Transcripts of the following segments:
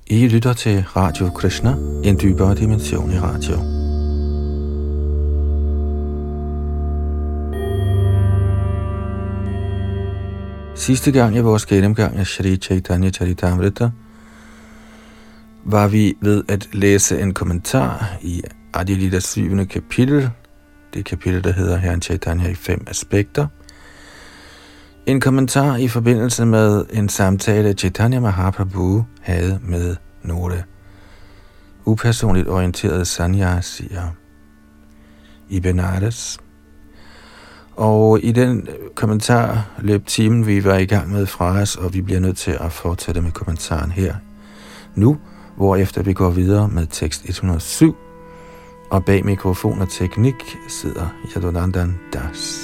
I lytter til Radio Krishna, en dybere dimension i radio. Sidste gang i vores gennemgang af Shri Chaitanya Charitamrita var vi ved at læse en kommentar i Adi Lidas 7. kapitel, det kapitel, der hedder Herren Chaitanya i 5 aspekter. En kommentar i forbindelse med en samtale, Chaitanya Mahaprabhu havde med nogle upersonligt orienterede sannyasier i Benares. Og i den kommentar løb timen, vi var i gang med fra os, og vi bliver nødt til at fortsætte med kommentaren her nu, hvorefter vi går videre med tekst 107, og bag mikrofon og teknik sidder Yadunandan Das.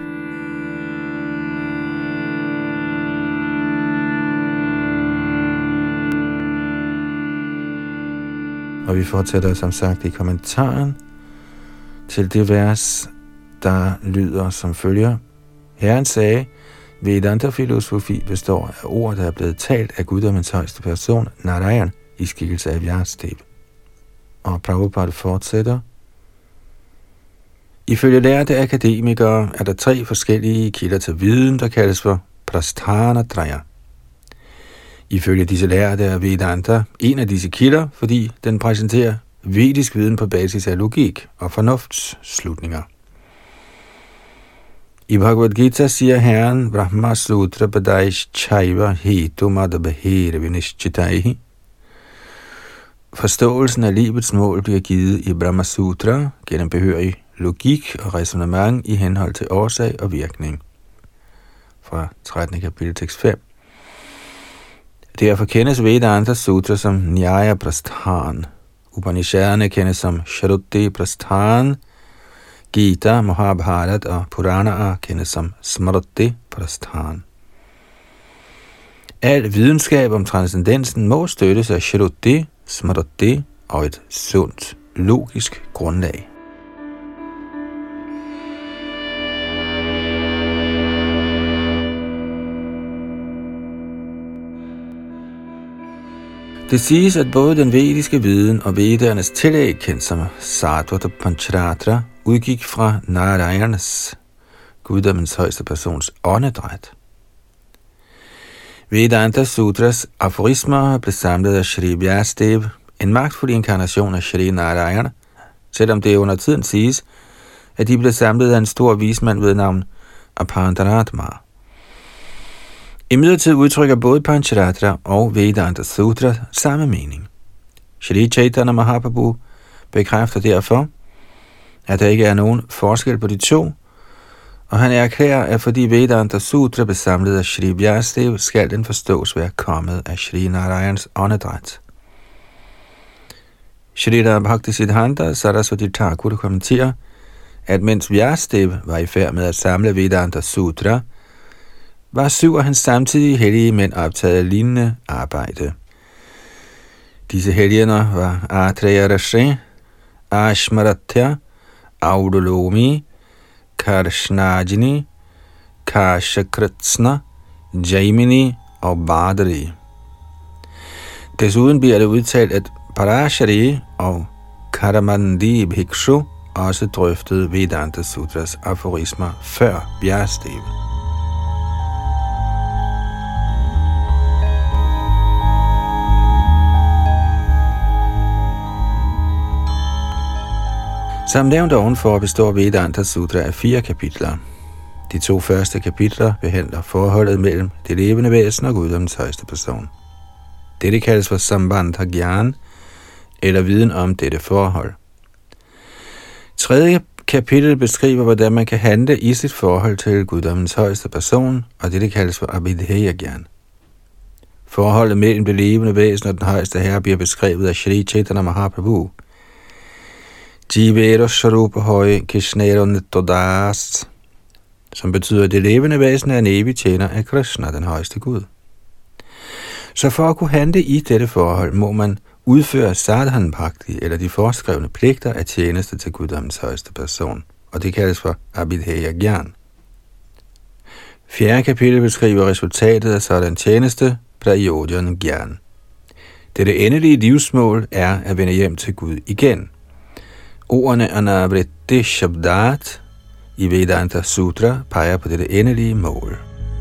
Og vi fortsætter som sagt i kommentaren til det vers, der lyder som følger. Herren sagde, Vedanta-filosofi består af ord, der er blevet talt af guddommens højeste person, Narayan, i skikkelse af Vyasadeva. Og Prabhupada fortsætter. Ifølge lærte akademikere er der 3 forskellige kilder til viden, der kaldes for Prasthanatraya. Ifølge disse lærte er Vedanta en af disse kilder, fordi den præsenterer vedisk viden på basis af logik og fornuftsslutninger. I Bhagavad Gita siger Herren, Brahma Sutra Padaish Chaiva Hetu Madabhere Vinishchitaihi. Forståelsen af livets mål bliver givet i Brahma Sutra gennem behørig logik og ræsonnement i henhold til årsag og virkning. Fra 13. kapitel tekst 5. Derfor kendes Vedanta Sutra som Nyaya Prasthan. Upanishaderne kendes som Shruti Prasthan. Gita, Mahabharat og Puranaer kendes som Smriti Prasthan. Al videnskab om transcendensen må støttes af Shruti, Smriti og et sundt, logisk grundlag. Det siges, at både den vediske viden og vedernes tillæg, kendt som Sattva Pancharatra, udgik fra Narayanas, guddommens højeste persons åndedræt. Vedanta Sutras aforismer blev samlet af Shri Vyasadeva, en magtfuld inkarnation af Shri Narayana, selvom det under tiden siges, at de blev samlet af en stor vismand ved navn Apantaratma. Imidlertid udtrykker både Pancharatra og Vedanta Sutra samme mening. Shri Chaitanya Mahaprabhu bekræfter derfor, at der ikke er nogen forskel på de to, og han erklærer, at fordi Vedanta Sutra blev samlet af Shri Vyasadeva, skal den forstås være kommet af Shri Narayans åndedræt. Shrila Bhaktisiddhanta Saraswati Thakur kommenterer, at mens Vyasadeva var i færd med at samle Vedanta Sutra, var 7 af hans samtidige hellige mænd optaget af lignende arbejde. Disse helgener var Atreya Rishi, Ashmaratya, Audolomi, Karshnajini, Kashakritsna, Jaimini og Badri. Desuden bliver det udtalt, at Parashari og Karamandi Bhikshu også drøftede Vedanta Sutras aforismer før Vyasadeva. Som nævnt ovenfor består Vedanta Sutra af 4 kapitler. De 2 første kapitler behandler forholdet mellem det levende væsen og guddommens højeste person. Dette kaldes for Sambandha Gyan, eller viden om dette forhold. 3. kapitel beskriver, hvordan man kan handle i sit forhold til guddommens højeste person, og dette kaldes for Abhidheya Gyan. Forholdet mellem det levende væsen og den højeste herre bliver beskrevet af Shri Chaitanya Mahaprabhu. Jivero Sharupa Høj Krishnero Nittodas, som betyder, at det levende væsen er en evig tjener af Krishna, den højeste Gud. Så for at kunne handle i dette forhold, må man udføre sadhan bhakti, eller de foreskrevne pligter af tjeneste til guddommens højeste person, og det kaldes for Abhidheya Gyan. 4. kapitel beskriver resultatet af sådan tjeneste, Prayodhyan Gyan. Dette endelige livsmål er at vende hjem til Gud igen. Ordene Anavritti Shabdat i Vedanta Sutra peger på dette endelige mål.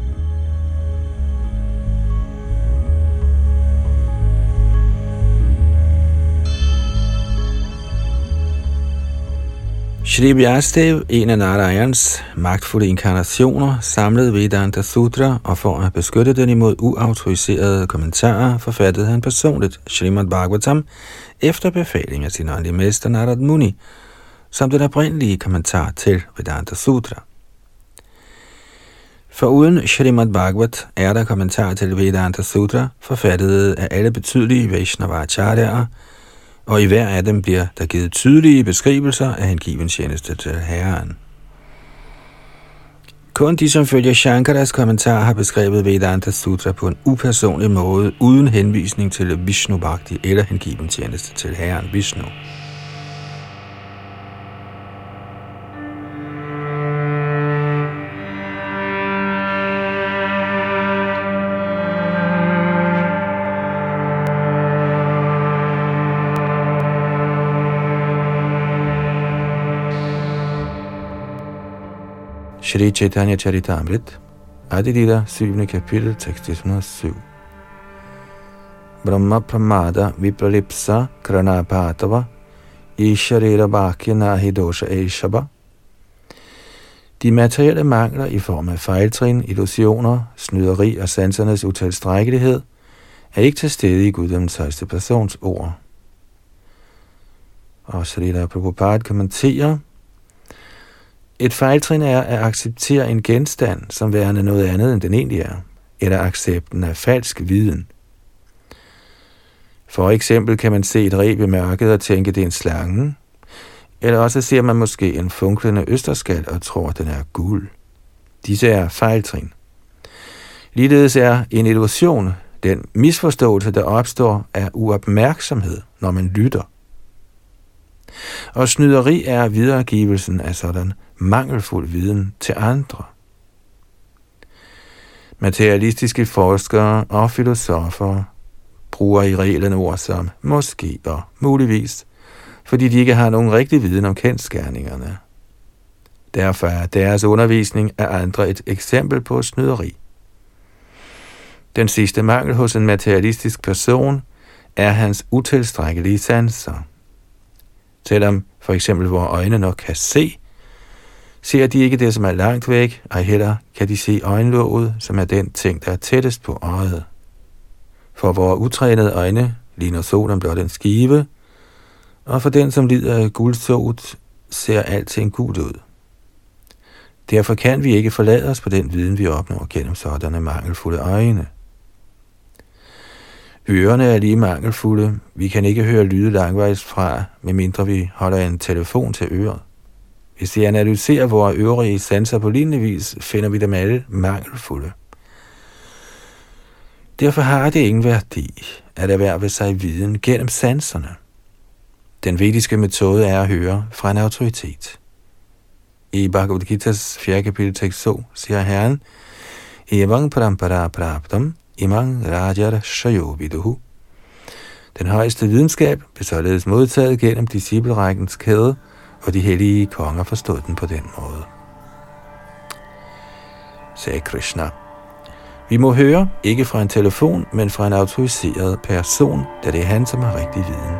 Shri Vyasadeva, en af Narayans magtfulde inkarnationer, samlede Vedanta Sutra, og for at beskytte den imod uautoriserede kommentarer, forfattede han personligt Srimad Bhagavatam efter befaling af sin åndelige mester Narad Muni, som den oprindelige kommentar til Vedanta Sutra. Foruden Srimad Bhagavat er der kommentar til Vedanta Sutra, forfattet af alle betydelige Vaishnavacharyaer, og i hver af dem bliver der givet tydelige beskrivelser af hengiven tjeneste til Herren. Kun de, som følger Shankaras kommentar, har beskrevet Vedanta Sutra på en upersonlig måde, uden henvisning til Vishnu Bhakti eller hengiven tjeneste til Herren Vishnu. Shri Chaitanya Charitamrit, Adilita, 7. kapitel, tekst 107. Brahma Pramada Vipralipsa Kranapatava Isharira Bhakya Nahi Dosha Eshaba. De materielle mangler i form af fejltrin, illusioner, snyderi og sansernes utilstrækkelighed er ikke til stede i Guddommens højeste persons ord. Og Srila Prabhupada kommenterer: et fejltrin er at acceptere en genstand som værende noget andet end den egentlig er, eller accepten af falsk viden. For eksempel kan man se et reb i mørket og tænke, det er en slange, eller også ser man måske en funklende østerskal og tror, den er guld. Disse er fejltrin. Ligeledes er en illusion den misforståelse, der opstår af uopmærksomhed, når man lytter. Og snyderi er videregivelsen af sådan mangelfuld viden til andre. Materialistiske forskere og filosofer bruger i reglen ord som måske og muligvis, fordi de ikke har nogen rigtig viden om kendsgerningerne. Derfor er deres undervisning af andre et eksempel på snyderi. Den sidste mangel hos en materialistisk person er hans utilstrækkelige sanser. Selvom for eksempel vores øjne nok kan se, ser de ikke det, som er langt væk, og heller kan de se øjenlåget, som er den ting, der er tættest på øjet. For vores utrænede øjne ligner solen blot en skive, og for den, som lider af guldsot, ser alting gult ud. Derfor kan vi ikke forlade os på den viden, vi opnår gennem sådanne mangelfulde øjne. Ørerne er lige mangelfulde. Vi kan ikke høre lyde langvejs fra, medmindre vi holder en telefon til øret. Hvis vi analyserer vores øvrige sanser på lignende vis, finder vi dem alle mangelfulde. Derfor har det ingen værdi at erhverve sig viden gennem sanserne. Den vediske metode er at høre fra en autoritet. I Bhagavad Gita's 4. kapitel tekst 2 siger Herren: Evang parampara praptam imang rajar shayo viduhu. Den højeste videnskab blev således modtaget gennem disciplerækkens kæde, og de hellige konger forstod den på den måde. Sagde Krishna: vi må høre, ikke fra en telefon, men fra en autoriseret person, da det er han, som har rigtig viden.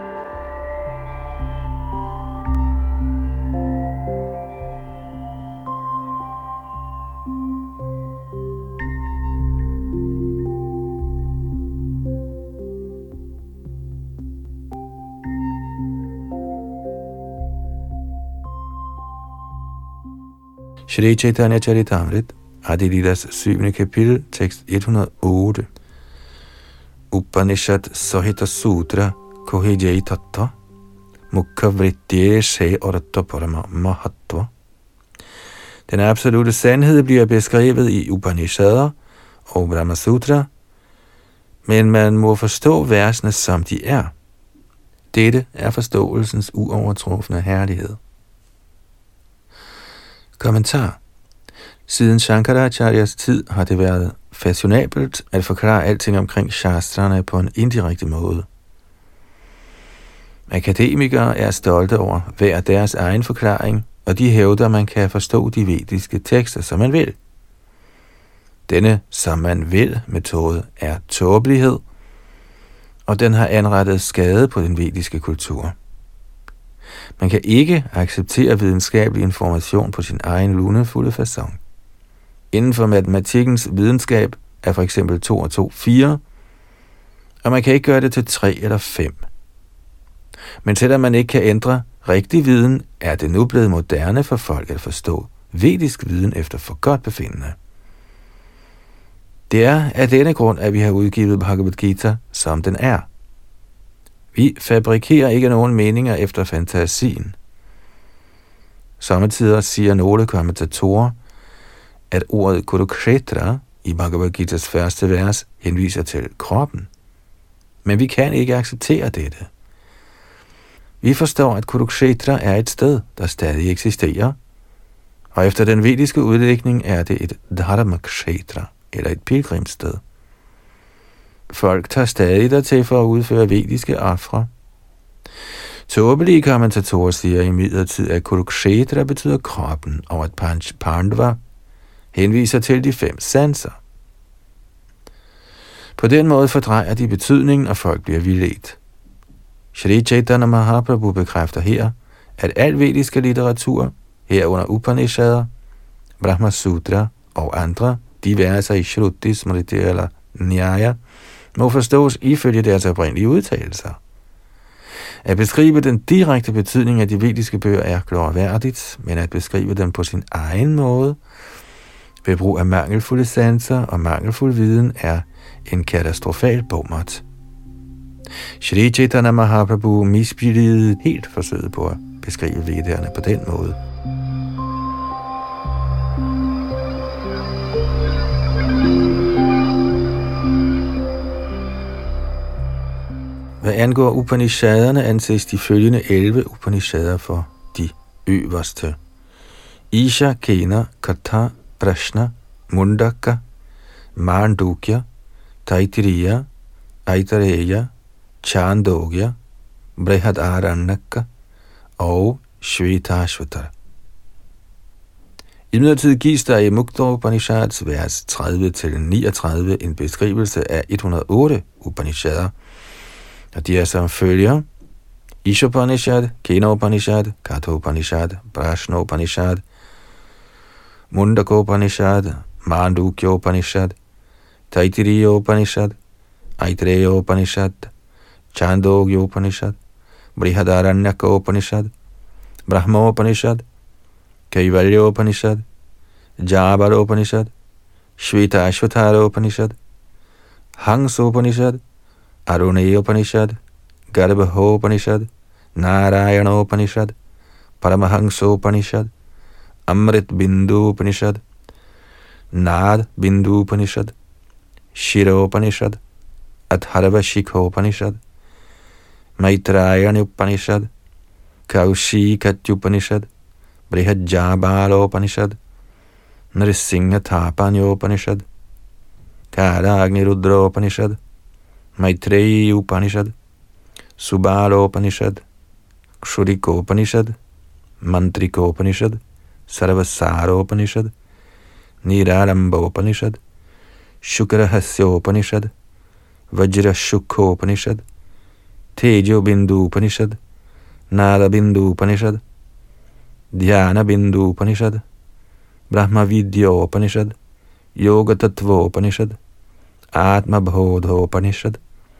Shri Chaitanya Charitamrit, Adilidas 7. kapitel, tekst 108. Upanishad Sahita Sutra Kohijai Tattva Mukha Vrittye Se Orta Parama Mahatva. Den absolute sandhed bliver beskrevet i Upanishader og Brahma Sutra, men man må forstå versene som de er. Dette er forståelsens uovertrufne herlighed. Kommentar. Siden Shankaracharyas tid har det været fashionabelt at forklare alting omkring shastrene på en indirekte måde. Akademikere er stolte over hver deres egen forklaring, og de hævder, at man kan forstå de vediske tekster, som man vil. Denne som man vil metode er tåbelighed, og den har anrettet skade på den vediske kultur. Man kan ikke acceptere videnskabelig information på sin egen lunefulde facon. Inden for matematikkens videnskab er for eksempel 2 og 2 4, og man kan ikke gøre det til 3 eller 5. Men selvom man ikke kan ændre rigtig viden, er det nu blevet moderne for folk at forstå vedisk viden efter forgodtbefindende. Det er af denne grund, at vi har udgivet Bhagavad Gita, som den er. Vi fabrikerer ikke nogen meninger efter fantasien. Sommetider siger nogle kommentatorer, at ordet Kurukshetra i Bhagavad Gitas første vers henviser til kroppen. Men vi kan ikke acceptere dette. Vi forstår, at Kurukshetra er et sted, der stadig eksisterer, og efter den vediske udlægning er det et dharmakshetra, eller et pilgrimssted. Folk tager stadig dertil for at udføre vediske ofre. Tåbelige kommentatorer siger imidlertid, at Kurukshetra betyder kroppen, og at Panch Pandava henviser til de 5 sanser. På den måde fordrejer de betydningen, og folk bliver vildledt. Shri Chaitanya Mahaprabhu bekræfter her, at al vediske litteratur, herunder Upanishader, Brahma Sutra og andre diverser i Shruti, Smriti eller Nyaya, må forstås ifølge deres oprindelige udtalelser. At beskrive den direkte betydning af de vediske bøger er glorværdigt, men at beskrive dem på sin egen måde, ved brug af mangelfulde sanser og mangelfuld viden, er en katastrofal bommert. Shri Chaitanya Mahaprabhu misbilligede helt forsøget på at beskrive vedderne på den måde. Hvad angår Upanishaderne, anses de følgende 11 Upanishader for de øverste. Isha, Kena, Katha, Prashna, Mundaka, Mandukya, Taittiriya, Aitareya, Chandogya, Brihadaranyaka og Shvetashvatar. Imidlertid gives der i Mukta Upanishads vers 30-39 en beskrivelse af 108 Upanishader, og de er som følger: Ishopanishad, Kena-upanishad, Katha-upanishad, Prashna-upanishad, Mundaka-upanishad, Mandukya-upanishad, Taittiriya-upanishad, Aitareya-upanishad, Chandogya-upanishad, Brihadaranyaka-upanishad, Brahma-upanishad, Kaivalya-upanishad, Jabala-upanishad, Shvetashvatara-upanishad, Hansa-upanishad, Aruneya-upanishad, Garbha-upanishad, Narayana-upanishad, Paramahansa-upanishad, Amrit-bindu-upanishad, Nad-bindu-upanishad, Shira-upanishad, Atharva-shikha-upanishad, Maitrayana-upanishad, Kaushika-upanishad, Brihad-jabala-upanishad, Nrisingha-tapanya-upanishad, Kala-agni-rudra-upanishad, Maitreya-upanishad, Subala-upanishad, Kshurika-upanishad, Mantrika-upanishad, Sarvasara-upanishad, Niralamba-upanishad, Shukrahasya-upanishad, Vajra-shukha-upanishad, Tejo-bindu-upanishad, Nada-bindu-upanishad, Dhyana-bindu-upanishad, Brahma-vidya-upanishad, Yoga-tattva-upanishad, Atma-bodha-upanishad,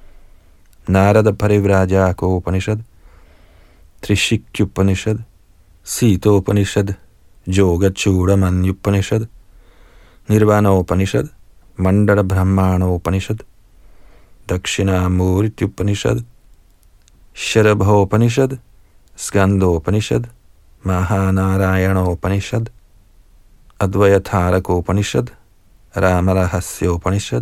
Narada-parivrajaka-upanishad, Trishikya-upanishad, Sita-upanishad, Yoga-chudamanya-upanishad, Nirvana-upanishad, Mandala-brahmana-upanishad, Dakshinamurti-upanishad, Sharabha-upanishad, Skanda-upanishad, Mahanarayana-upanishad, Advayatharaka-upanishad, Ramarahasya-upanishad,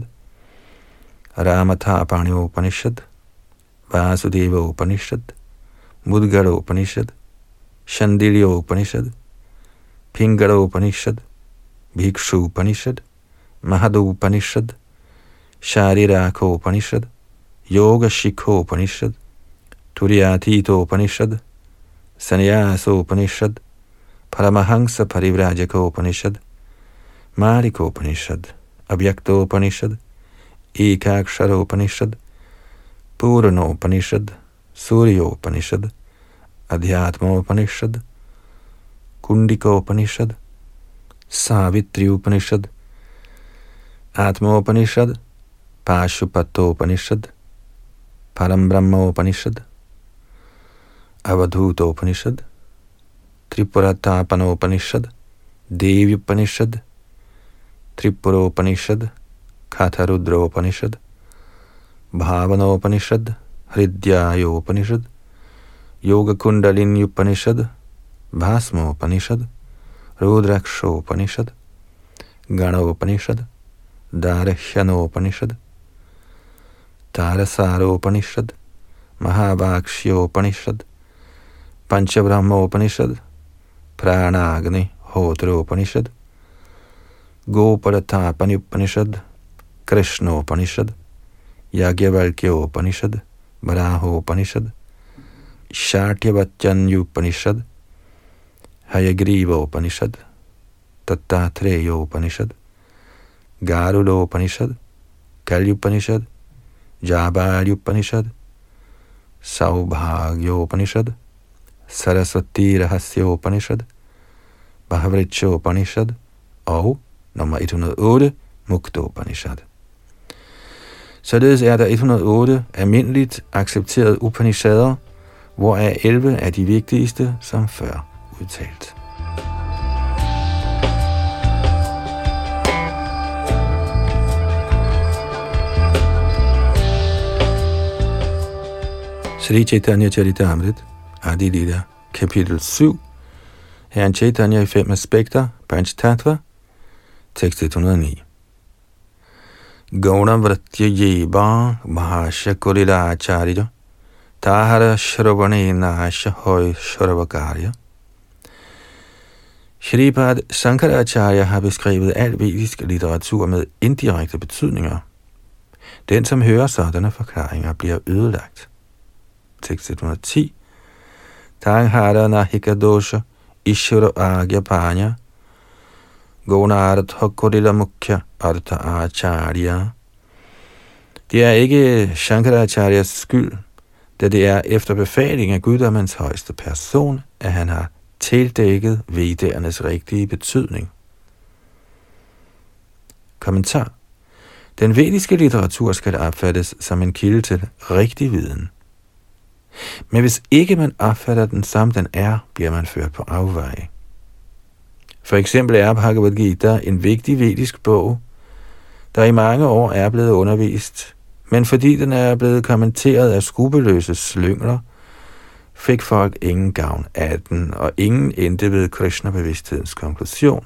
Ramatapanya-upanishad, Vasudeva-upanishad, Mudgala-upanishad, Shandilya-upanishad, Pingala-upanishad, Bhikshu-upanishad, Mahad-upanishad, Shariraka-upanishad, Yoga-shikha-upanishad, Turiyatita-upanishad, Sannyasa-upanishad, Paramahansa-parivrajaka-upanishad, Marika-upanishad, Abhyakta-upanishad, Ekakshara-upanishad, Purana-upanishad, Surya-upanishad, Adhyatma-upanishad, Kundika-upanishad, Savitri-upanishad, Atma-upanishad, Pashupata-upanishad, Parambrahma-upanishad, Avadhuta-upanishad, Tripuratapana-upanishad, Devi-upanishad, Tripura-upanishad, Katharudra-upanishad, Bhavana-upanishad, Hridyaya-upanishad, Yoga-kundalini-upanishad, Bhasma-upanishad, Rudraksha-upanishad, Gana-upanishad, Darshana-upanishad, Tarasara-upanishad, Mahavakshya-upanishad, Panchabrahma-upanishad, Pranagni-hotra-upanishad, Gopalatapani-upanishad, Krishna-upanishad, Yagyavalkya-upanishad, Baraha-upanishad, Shatyavatyan-upanishad, Hayagriva-upanishad, Tattatreya-upanishad, Garuda-upanishad, Kalya-upanishad, Jabali-upanishad, Saubhagya-upanishad, Saraswati-rahasya-upanishad, Bhavricha-upanishad og nummer 108, Mukta-upanishad. Således er der 108 almindeligt accepterede Upanishader, hvoraf 11 er de vigtigste, som før udtalt. Shri Chaitanya Charitamrita, Adi Lila, kapitel 7, Herren Chaitanya i 5 aspekter, Panchtattva, tekst 109. Gauna Vratya Yeba Mahasya Kulila Acharya Tahara Shravane Nasha Hoy Shravakaria. Shripad Shankaracharya har beskrevet al vedisk litteratur med indirekte betydninger. Den, som hører sådanne forklaringer, bliver ødelagt. Tekst 110. Tanghara Nahikadosha Ishvara Agya Panya Gonartha Kodila Mukhya Artha Acharya. Det er ikke Shankaracharyas skyld, da det er efter befaling af guddommens højeste person, at han har tildækket vedernes rigtige betydning. Kommentar. Den vediske litteratur skal opfattes som en kilde til rigtig viden. Men hvis ikke man opfatter den som den er, bliver man ført på afveje. For eksempel er Bhagavad Gita en vigtig vedisk bog, der i mange år er blevet undervist, men fordi den er blevet kommenteret af skrupelløse slyngler, fik folk ingen gavn af den, og ingen endte ved Krishna-bevidsthedens konklusion.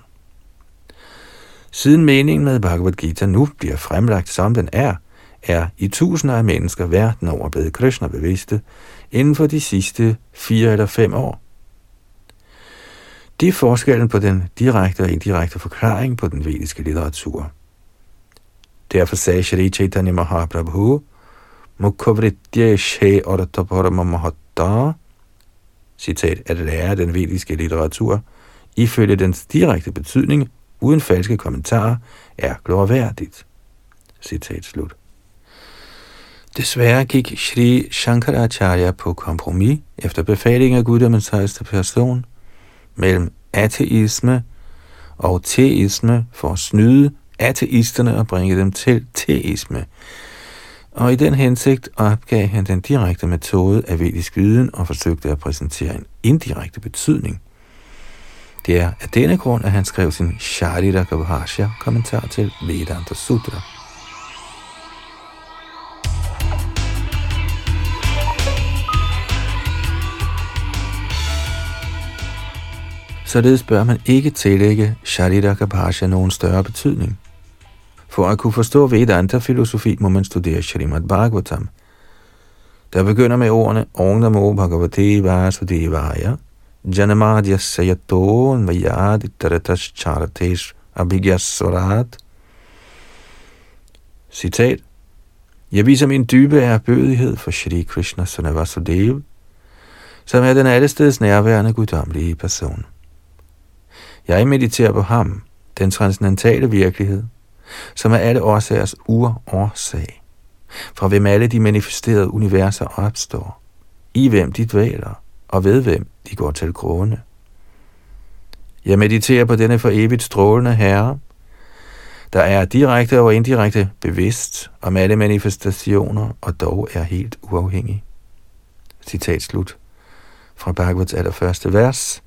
Siden meningen med Bhagavad Gita nu bliver fremlagt som den er i tusinder af mennesker verden over blevet Krishna-bevidste inden for de sidste 4 eller 5 år. Det er forskellen på den direkte og indirekte forklaring på den vediske litteratur. Derfor sagde Shri Chaitanya Mahaprabhu, Mukhavritya she ortaparama mahatta, citat, at lære den vediske litteratur, ifølge dens direkte betydning, uden falske kommentarer, er glorværdigt. Citat slut. Desværre gik Shri Shankaracharya på kompromis efter befaling af guddommens højeste person mellem ateisme og teisme for at snyde ateisterne og bringe dem til teisme. Og i den hensigt opgav han den direkte metode af vedisk viden og forsøgte at præsentere en indirekte betydning. Det er af denne grund, at han skrev sin Shariraka Bhashya kommentar til Vedanta Sutra. Således bør man ikke tillægge Shariraka Bhashya nogen større betydning. For at kunne forstå Vedanta-filosofi må man studere Srimad Bhagavatam, der begynder med ordene Om Namo Bhagavate Vasudevaya, Janamadhyasya Yato Nvayadi Taratas Charatesh Abhigyasvarat. Citat. Jeg viser min dybe ærbødighed for Shri Krishna Suna Vasudeva, som er den allesteds nærværende guddommelige person. Jeg mediterer på ham, den transcendentale virkelighed, som er alle årsagers urårsag, fra hvem alle de manifesterede universer opstår, i hvem de dvæler, og ved hvem de går til grunde. Jeg mediterer på denne for evigt strålende Herre, der er direkte og indirekte bevidst om alle manifestationer, og dog er helt uafhængig. Citat slut fra Bhagavats allerførste vers.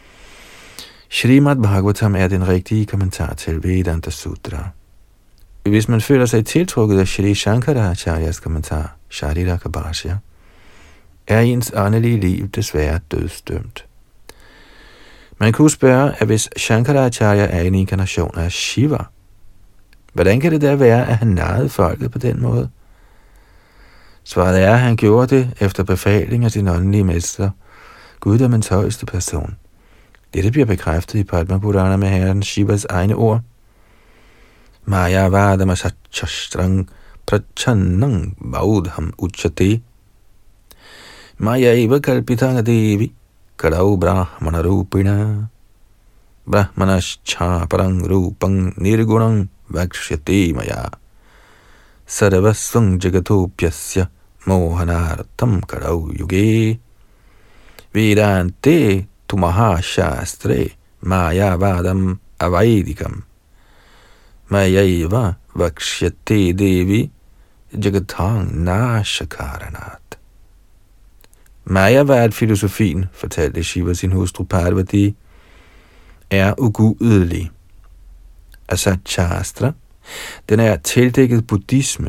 Srimad Bhagavatam er den rigtige kommentar til Vedanta Sutra. Hvis man føler sig tiltrukket af Shri Shankaracharyas kommentar, Shariraka Bhashya, er ens åndelige liv desværre dødsdømt. Man kunne spørge, at hvis Shankaracharya er en inkarnation af Shiva, hvordan kan det da være, at han narrede folket på den måde? Svaret er, at han gjorde det efter befaling af sin åndelige mester, guddommens højeste person. Dette bliver bekræftet i Padma Purana med herren Shivas egne ord. Maya vadama satchastrang prachannang baudham uchate. Maya eva kalpitanga devi kadau brahmana rupina. Brahmanascha parang rupang nirgunang vakshyate maya. Sarvasvang jagatopyasya mohanartam kadau yuge. Vedante tumaha shastre maya vadam avaidikam. Mayaiva vakshyate devi jagatang nashakaranat. Mayavad filosofien, fortalte Shiva sin hustru Parvati, er ugudelig. Asat Shastra, den er tildækket buddhisme.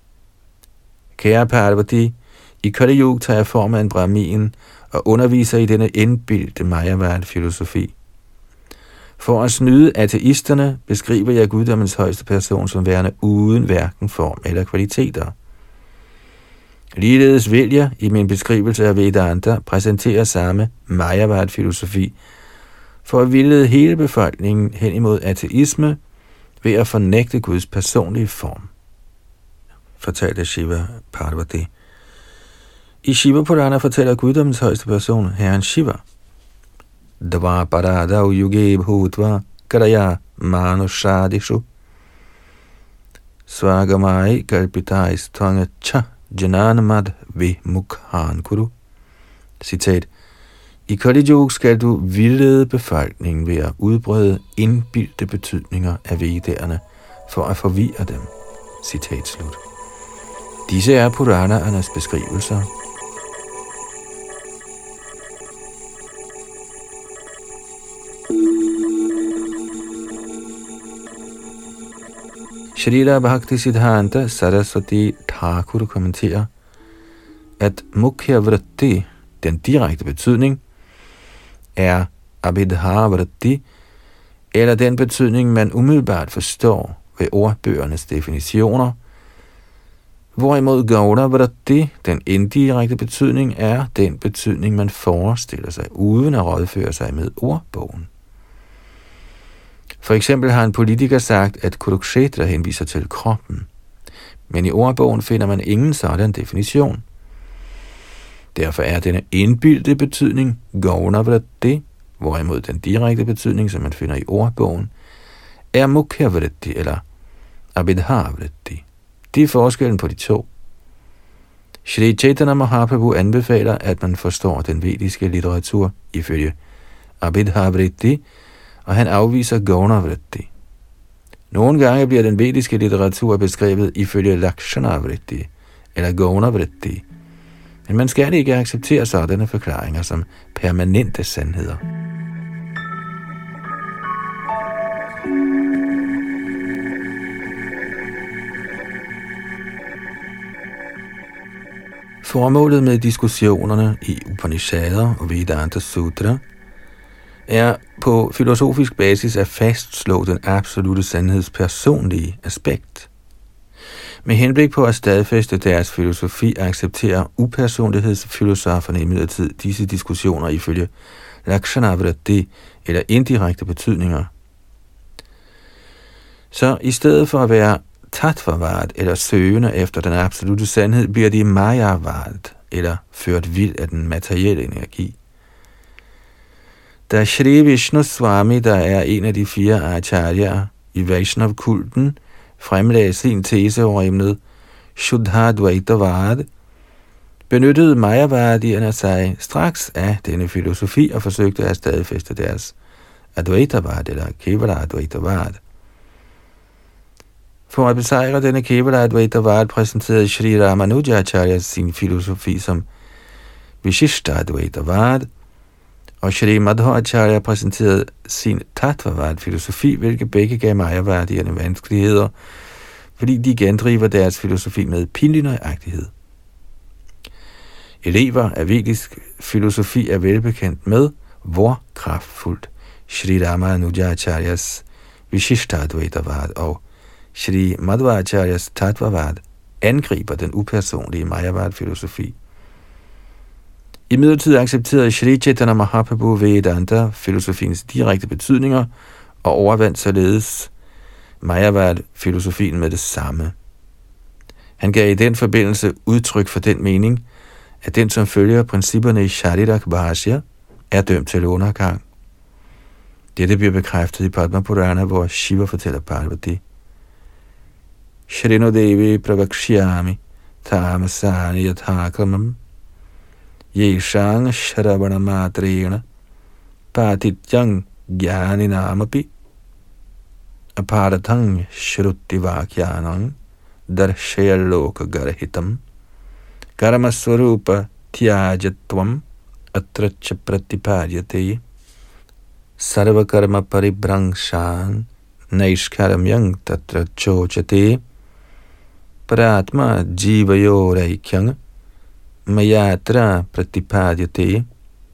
Kære Parvati, i Kali Yuga tager jeg form af en brahmin og underviser i denne indbildte Mayavad-filosofi. For at snyde ateisterne beskriver jeg guddommens højeste person som værende uden hverken form eller kvaliteter. Ligeledes vil jeg i min beskrivelse af Vedanta præsentere samme Mayavad-filosofi for at vildlede hele befolkningen hen imod ateisme ved at fornægte Guds personlige form, fortalte Shiva Parvati. I Shiva Purana fortæller guddommens højeste person, herren Shiva, Dvaparadav yuge bhutva karaya manushadishu svagamai kalpitai stvanga cha jananamad vimukhan kuru. Citat. I Kali Yuga skal du vildlede befolkningen ved at udbrede indbildte betydninger af vedderne for at forvirre dem. Citat slut. Disse er Puranaernes beskrivelser. Shrila Bhaktisiddhanta Saraswati Thakur kommenterer, at Mukhya Vritti, den direkte betydning, er Abhidha Vritti, eller den betydning, man umiddelbart forstår ved ordbøgernes definitioner, hvorimod Gauda Vritti, den indirekte betydning, er den betydning, man forestiller sig, uden at rådføre sig med ordbogen. For eksempel har en politiker sagt, at Kurukshetra henviser til kroppen, men i ordbogen finder man ingen sådan definition. Derfor er denne indbildte betydning Gauna Vritti, hvorimod den direkte betydning, som man finder i ordbogen, er Mukhya Vritti eller Abhidha Vritti. Det er forskellen på de to. Shri Chaitanya Mahaprabhu anbefaler, at man forstår den vediske litteratur ifølge Abhidha Vritti, og han afviser Gauna Vritti. Nogle gange bliver den vediske litteratur beskrevet ifølge Lakshana Vritti eller Gauna Vritti, men man skal ikke acceptere sådanne forklaringer som permanente sandheder. Formålet med diskussionerne i Upanishader og Vedanta Sutra er på filosofisk basis at fastslå den absolute sandheds personlige aspekt. Med henblik på at stadfæste deres filosofi accepterer upersonlighedsfilosoferne imidlertid disse diskussioner ifølge Lakshana Vritti eller indirekte betydninger. Så i stedet for at være tattvavat eller søgende efter den absolute sandhed, bliver de mayavat eller ført vild af den materielle energi. Da Shri Vishnu Swami, der er en af de 4 acharyaer i Vaishnav-kulten, fremlagde sin tese over emnet Shuddha-dvaitavad, benyttede mayavadierne sig straks af denne filosofi og forsøgte at stadfæste deres advaitavad eller kevala-advaitavad. For at besejre denne kevala-advaitavad præsenterede Shri Ramanujacharya sin filosofi som Vishishta-advaitavad, og Shri Madhvacharya præsenterede sin Tattvavad-filosofi, hvilket begge gav mayavadierne vanskeligheder, fordi de gendriver deres filosofi med pinlig nøjagtighed. Elever af vedisk filosofi er velbekendt med, hvor kraftfuldt Shri Ramanujacharyas Vishishta-advaitavad og Shri Madhvacharyas Tattvavad angriber den upersonlige mayavad-filosofi. Imidlertid accepterede Shri Chaitanya Mahaprabhu Vedanta-filosofiens direkte betydninger og overvandt således mayavad-filosofien med det samme. Han gav i den forbindelse udtryk for den mening, at den, som følger principperne i Sharidak Bhashya, er dømt til undergang. Dette bliver bekræftet i Padma Purana, hvor Shiva fortæller Parvati: Shrino Devi Pravakshyami Tamasani Yathakamam Yeshang Shravana Matrena Patityang Gyaninamapi Aparatang Shruti Vakyanang Darshaya Loka Garhitam Karma Swarupa Tyajatvam Atracha Pratipadyate Sarva Karma Paribrangshan Naishkaramyang Tatra Chochate Paratma Jivayo Reikyang Mayatra Pratipadyate.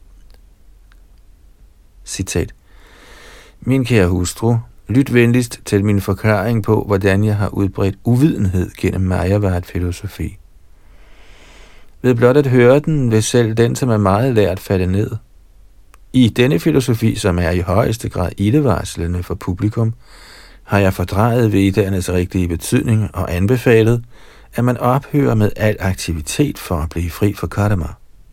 Citat: Min kære hustru, lyt venligst til min forklaring på, hvordan jeg har udbredt uvidenhed gennem mayavad-filosofi. Ved blot at høre den, vil selv den, som er meget lært, falde ned. I denne filosofi, som er i højeste grad ildevarslende for publikum, har jeg fordrejet vedernes rigtige betydning og anbefalet, at man ophører med al aktivitet for at blive fri for karma.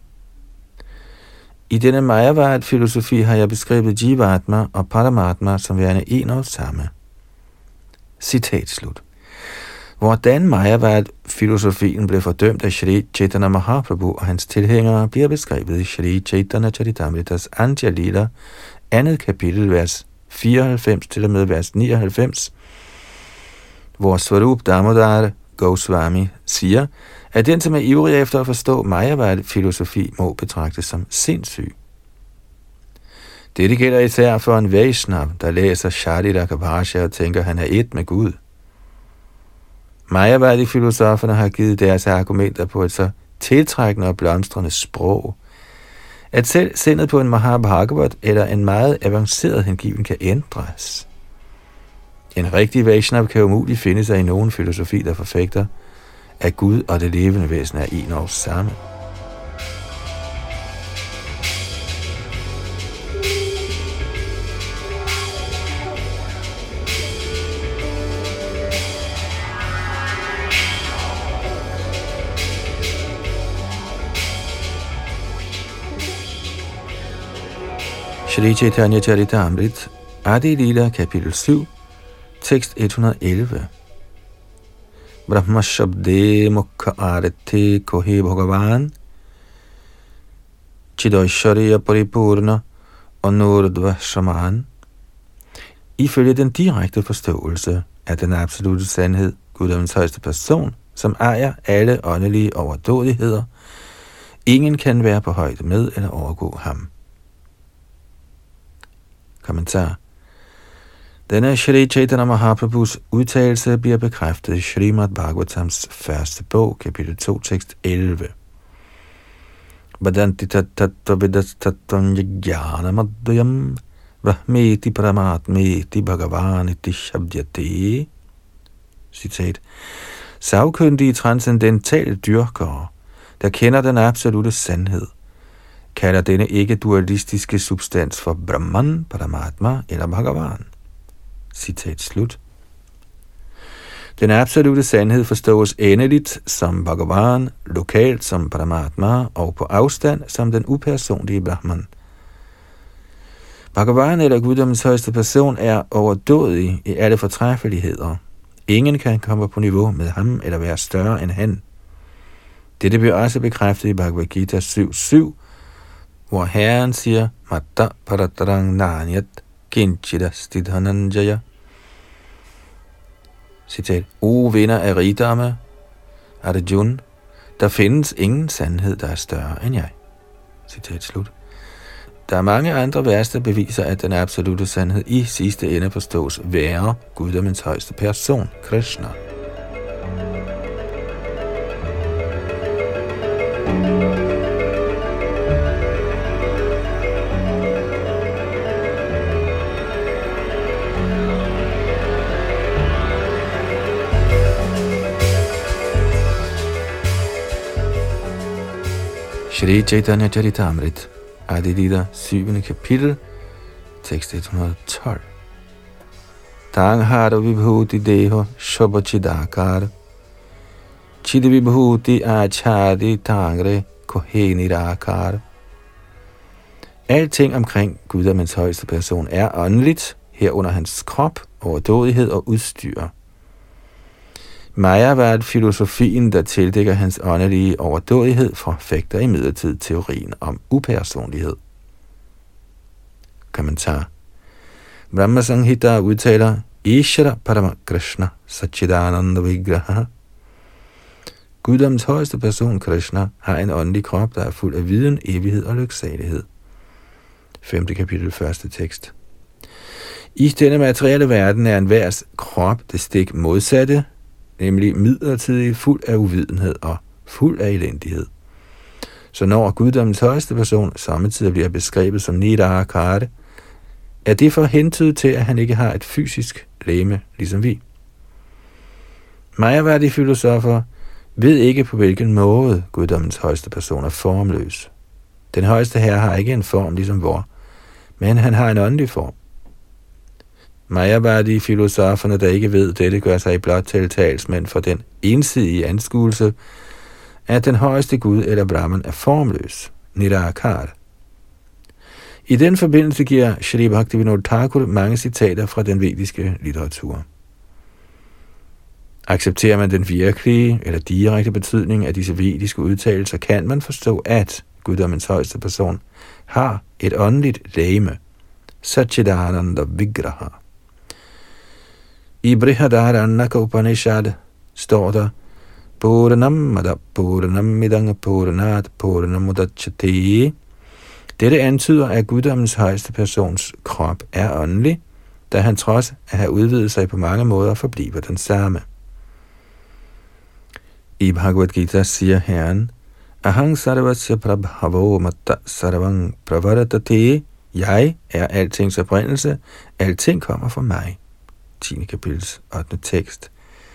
I denne mayavad-filosofi har jeg beskrevet Jivatma og Paramatma som værende en og samme. Citat slut. Hvordan mayavad-filosofien blev fordømt af Shri Chaitanya Mahaprabhu og hans tilhængere, bliver beskrevet i Shri Chaitanya Charitamritas Antya Lila, 2. kapitel, vers 94 til og med vers 99, hvor Swarup Damodar Goswami siger, at den, som er ivrig efter at forstå mayavad-filosofi, må betragtes som sindssyg. Dette gælder især for en Vaishnav, der læser Sharidak Bhashya og tænker, han er et med Gud. Mayavadi-filosoferne har givet deres argumenter på et så tiltrækkende og blomstrende sprog, at selv sindet på en Mahabhagavat eller en meget avanceret hengiven kan ændres. En rigtig Vaishnav kan umuligt finde sig i nogen filosofi, der forfægter, at Gud og det levende væsen er en og samme. Shri Chaitanya Charitamrit, Adi Lila, kapitel 7, tekst 111. Brahma Shabde Mukha Arate Kohe Bhagavan Chidoishariya Paripurna Anurdva Shaman. Ifølge den direkte forståelse af den absolute sandhed, Guddommens højeste person, som ejer alle åndelige overdådigheder, ingen kan være på højde med eller overgå ham. Kommentar. Denne Shri Chaitanya Mahaprabhus udtalelse bliver bekræftet i Srimad Bhagavatams første bog, kapitel 2, tekst 11. Vadanti tattva vidas tattvam yajnanamadhyam brahmeti paramatmeti bhagavaniti shabdyate. Citat. Sagkyndige transcendentale dyrkere, der kender den absolute sandhed, kalder denne ikke-dualistiske substans for Brahman, Paramatma eller Bhagavan. Citat slut. Den absolute sandhed forstås endeligt som Bhagavan, lokalt som Paramatma og på afstand som den upersonlige Brahman. Bhagavan eller guddommens højeste person er overdådig i alle fortræffeligheder. Ingen kan komme på niveau med ham eller være større end han. Dette bliver også bekræftet i Bhagavad Gita 7.7, hvor Herren siger, Matta paratarang nanyat kinchida stidhananjaya. Citat, O vinder af rigdomme, Arjuna, der findes ingen sandhed, der er større end jeg. Citat slut. Der er mange andre vers, der beviser, at den absolute sandhed i sidste ende forstås være guddommens højeste person, Krishna. Shri Chaitanya Charitamrita, Adi-lila, 7. kapitel, tekst 112. Tanghara vibhuti deho shobachidakar, chidi vibhuti achadi tangre kohenirakar. Alting omkring guddommens højeste person er åndeligt, herunder hans krop, overdådighed og udstyr. Mayavad, filosofien, der tildækker hans åndelige overdådighed, forfægter imidlertid teorien om upersonlighed. Kommentar. Brahma Samhita udtaler, Ishara Parama Krishna Satchidananda Vigraha. Guddommens højeste person, Krishna, har en åndelig krop, der er fuld af viden, evighed og lyksalighed. 5. kapitel, 1. tekst. I denne materielle verden er enhvers krop det stik modsatte, nemlig midlertidig, fuld af uvidenhed og fuld af elendighed. Så når guddommens højeste person samtidig bliver beskrevet som Nirakare, er det for hentydet til, at han ikke har et fysisk legeme, ligesom vi. Mayavadi filosofer ved ikke, på hvilken måde guddommens højeste person er formløs. Den højeste herre har ikke en form ligesom vor, men han har en åndelig form. Mayavadi filosoferne, der ikke ved dette, gør sig blot til talsmænd for den ensidige anskuelse, at den højeste Gud eller Brahman er formløs, Nirakar. I den forbindelse giver Shri Bhaktivinoda Thakur mange citater fra den vediske litteratur. Accepterer man den virkelige eller direkte betydning af disse vediske udtalelser, kan man forstå, at guddommens højeste person har et åndeligt legeme, Satchidananda Vigraha. I Brihadaranyaka Upanishad står der, Purnam mada purnam midang purnat purnamudachyate. Dette antyder, at guddommens højeste persons krop er åndelig, da han trods at have udvidet sig på mange måder forbliver den samme. I Bhagavad Gita siger Herren, Ahang sarvasya prabhavo matta sarvang pravartate. Jeg er altings oprindelse, alting kommer fra mig. 10. kapitels 8. tekst.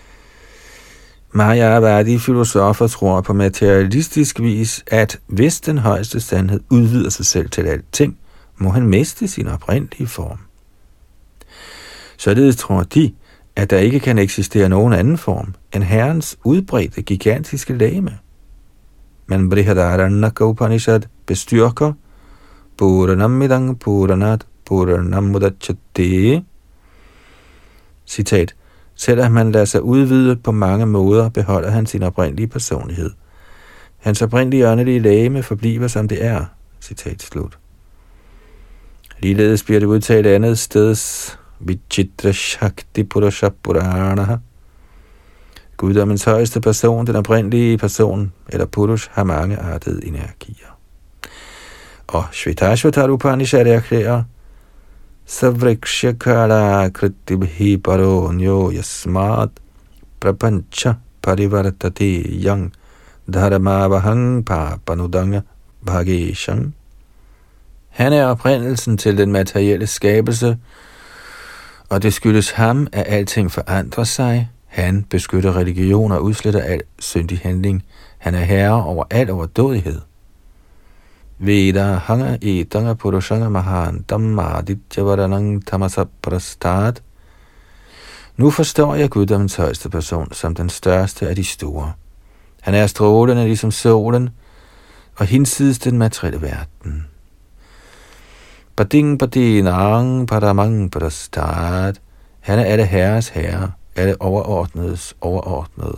Mayavadi filosofer tror på materialistisk vis, at hvis den højeste sandhed udvider sig selv til alting, må han miste sin oprindelige form. Således tror de, at der ikke kan eksistere nogen anden form end Herrens udbredte gigantiske legeme. Men Brihadaranyaka Upanishad bestyrker Purnam midang purnat purnamudachyate. Citat. Selvom man lader sig udvide på mange måder, beholder han sin oprindelige personlighed. Hans oprindelige åndelige legeme forbliver, som det er. Citat slut. Ligeledes bliver det udtalt andet steds, Vichitra Shakti Purusha Purana. Guddommens højeste person, den oprindelige person, eller Purush, har mange artede energier. Og Shvetashvatar Upanishad erklærer, Savrikshyakala kritibhi paronyo yasmat prapancha parivartate yang dharmavahang papanudanga bhageshang. Han er oprindelsen til den materielle skabelse, og det skyldes ham, at alting forandrer sig. Han beskytter religion og udsletter al syndig handling. Han er herre over al overdådighed. Veda hanga etanga purushanga mahan dhamma aditya varanang tamasa prastat. Nu forstår jeg guddommens højeste person som den største af de store. Han er strålende ligesom solen, og hinsides den materielle verden. Bading badinang padamang padastat. Han er alle herres herre, alle overordnedes overordnede.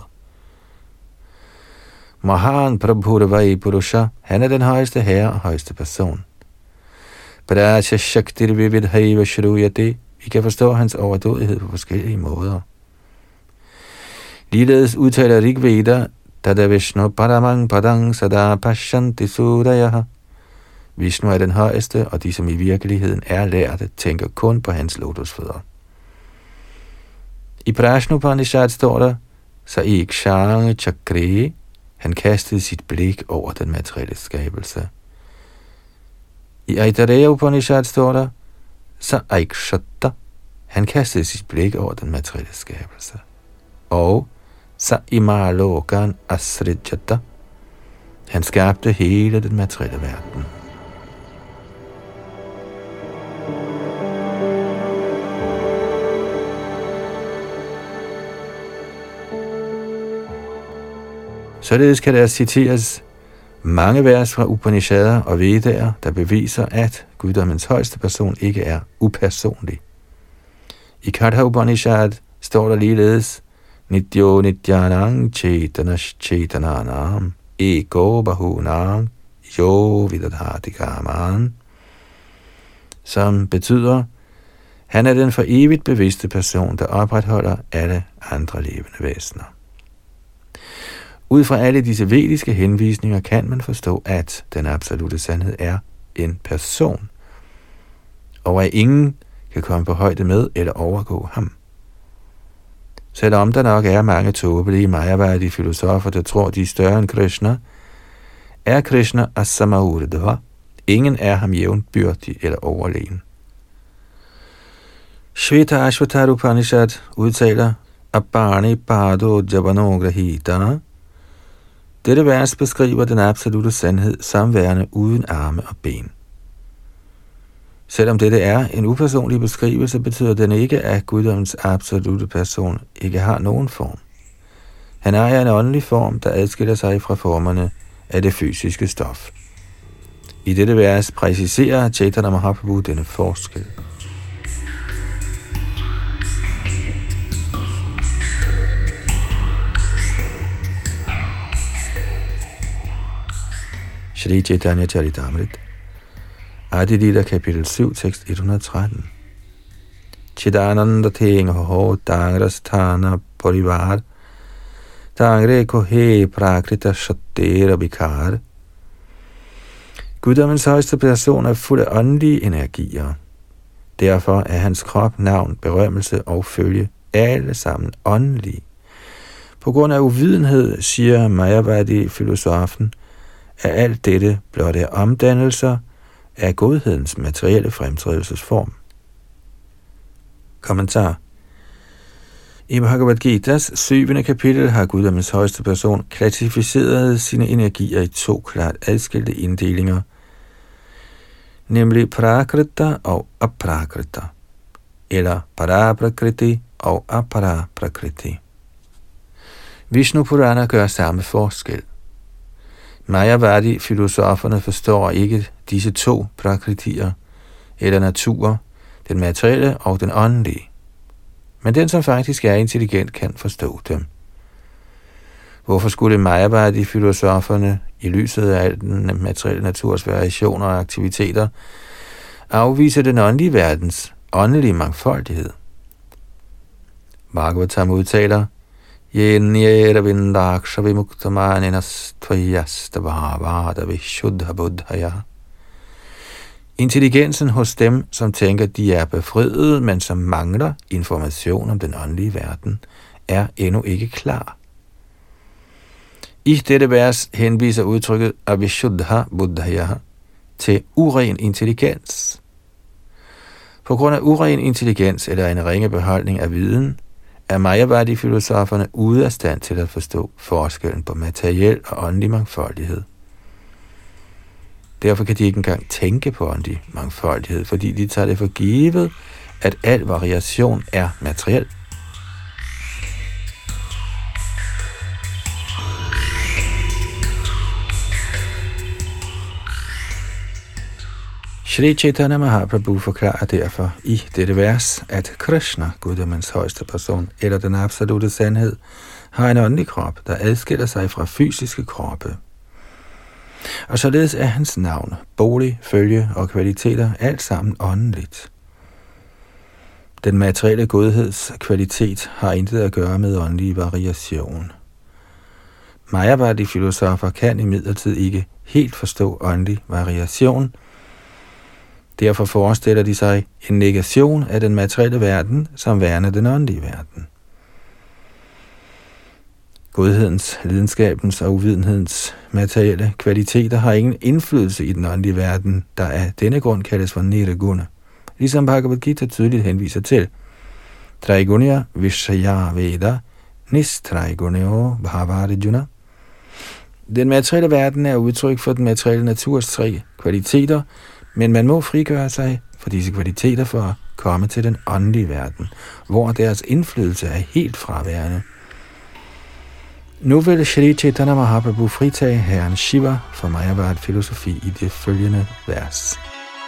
Mahan Prabhudavai Purusha, han er den højeste herre og højeste person. Parasya Shaktir Vividhaiva Shruyate, vi kan forstå hans overdådighed på forskellige måder. Ligeledes udtaler Rigveda, Tada Vishnu Paramang Padang Sada Pashanti Sudayaha. Vishnu er den højeste, og de, som i virkeligheden er lærte, tænker kun på hans lotusfødder. I Prajnupanishad står der, Saikshang Chakre, han kastede sit blik over den materielle skabelse. I Aitareya Upanishad står der, Saikshata, han kastede sit blik over den materielle skabelse. Og Saimalokan Asrijata, han skabte hele den materielle verden. Således kan der citeres mange vers fra Upanishader og Vedaer, der beviser, at guddommens højeste person ikke er upersonlig. I Katha Upanishad står der ligeledes, Nityo nityanang chetanas chetananam ego bahunam yo vidadhati kaman, som betyder, han er den for evigt bevidste person, der opretholder alle andre levende væsener. Ud fra alle disse vediske henvisninger kan man forstå, at den absolute sandhed er en person, og at ingen kan komme på højde med eller overgå ham. Selvom der nok er mange tåbelige mayavadi filosofer, der tror, de er større end Krishna, er Krishna asamaurdhava. Ingen er ham jævnbyrdig eller overlegen. Shveta Ashvatar Upanishad udtaler, Abhani Pado Jabano Grahita. Dette vers beskriver den absolute sandhed som værende uden arme og ben. Selvom dette er en upersonlig beskrivelse, betyder den ikke, at guddommens absolute person ikke har nogen form. Han ejer en åndelig form, der adskiller sig fra formerne af det fysiske stof. I dette vers præciserer Chaitanya Mahaprabhu denne forskel. Shri Chaitanya Charitamrita, Adi Lila kapitel 7, tekst 113. Chidananda Teng Ho Dangrasthana Parivar Dangre Kohe Prakrita Shattera Bikar. Guddommens højeste person er fuld af åndelige energier. Derfor er hans krop, navn, berømmelse og følge alle sammen åndelige. På grund af uvidenhed, siger Mayavadi-filosofen, er alt dette blot er omdannelser af godhedens materielle fremtrædelsesform. Kommentar. I Bhagavad Gita's 7. kapitel har guddommens højeste person klassificeret sine energier i 2 klart adskilte inddelinger, nemlig prakrita og aprakrita, eller paraprakriti og aparaprakriti. Vishnu Purana gør samme forskel. Mayavadi-filosoferne forstår ikke disse 2 prakritier, eller naturer, den materielle og den åndelige. Men den, som faktisk er intelligent, kan forstå dem. Hvorfor skulle Mayavadi-filosoferne, i lyset af al den materielle naturs variationer og aktiviteter, afvise den åndelige verdens åndelige mangfoldighed? Bhagavatam udtaler, Yenjera vindaksha vimuktamaninas tvayastavahavada vishuddha buddhaya. Intelligensen hos dem, som tænker, de er befriet, men som mangler information om den åndelige verden, er endnu ikke klar. I dette vers henviser udtrykket avishuddha buddhaya til uren intelligens. På grund af uren intelligens eller en ringe beholdning af viden, er Mayavadi-filosoferne ude af stand til at forstå forskellen på materiel og åndelig mangfoldighed. Derfor kan de ikke engang tænke på åndelig mangfoldighed, fordi de tager det for givet, at al variation er materiel. Shri Chaitanya Mahaprabhu forklarer derfor i dette vers, at Krishna, guddommens højeste person, eller den absolute sandhed, har en åndelig krop, der adskiller sig fra fysiske kroppe. Og således er hans navn, bolig, følge og kvaliteter alt sammen åndeligt. Den materielle godheds kvalitet har intet at gøre med åndelig variation. Mayavadi-filosofer kan imidlertid ikke helt forstå åndelig variation. Derfor forestiller de sig en negation af den materielle verden som værende den åndelige verden. Godhedens, lidenskabens og uvidenhedens materielle kvaliteter har ingen indflydelse i den åndelige verden, der af denne grund kaldes for nirguna, ligesom Bhagavad Gita tydeligt henviser til. Traigunya vishaya veda nistraigunyo bhavarjuna. Den materielle verden er udtryk for den materielle naturs tre kvaliteter, men man må frigøre sig for disse kvaliteter for at komme til den åndelige verden, hvor deres indflydelse er helt fraværende. Nu vil Shri Chaitanya Mahaprabhu fritage herren Shiva for Mayavad-filosofi i det følgende vers.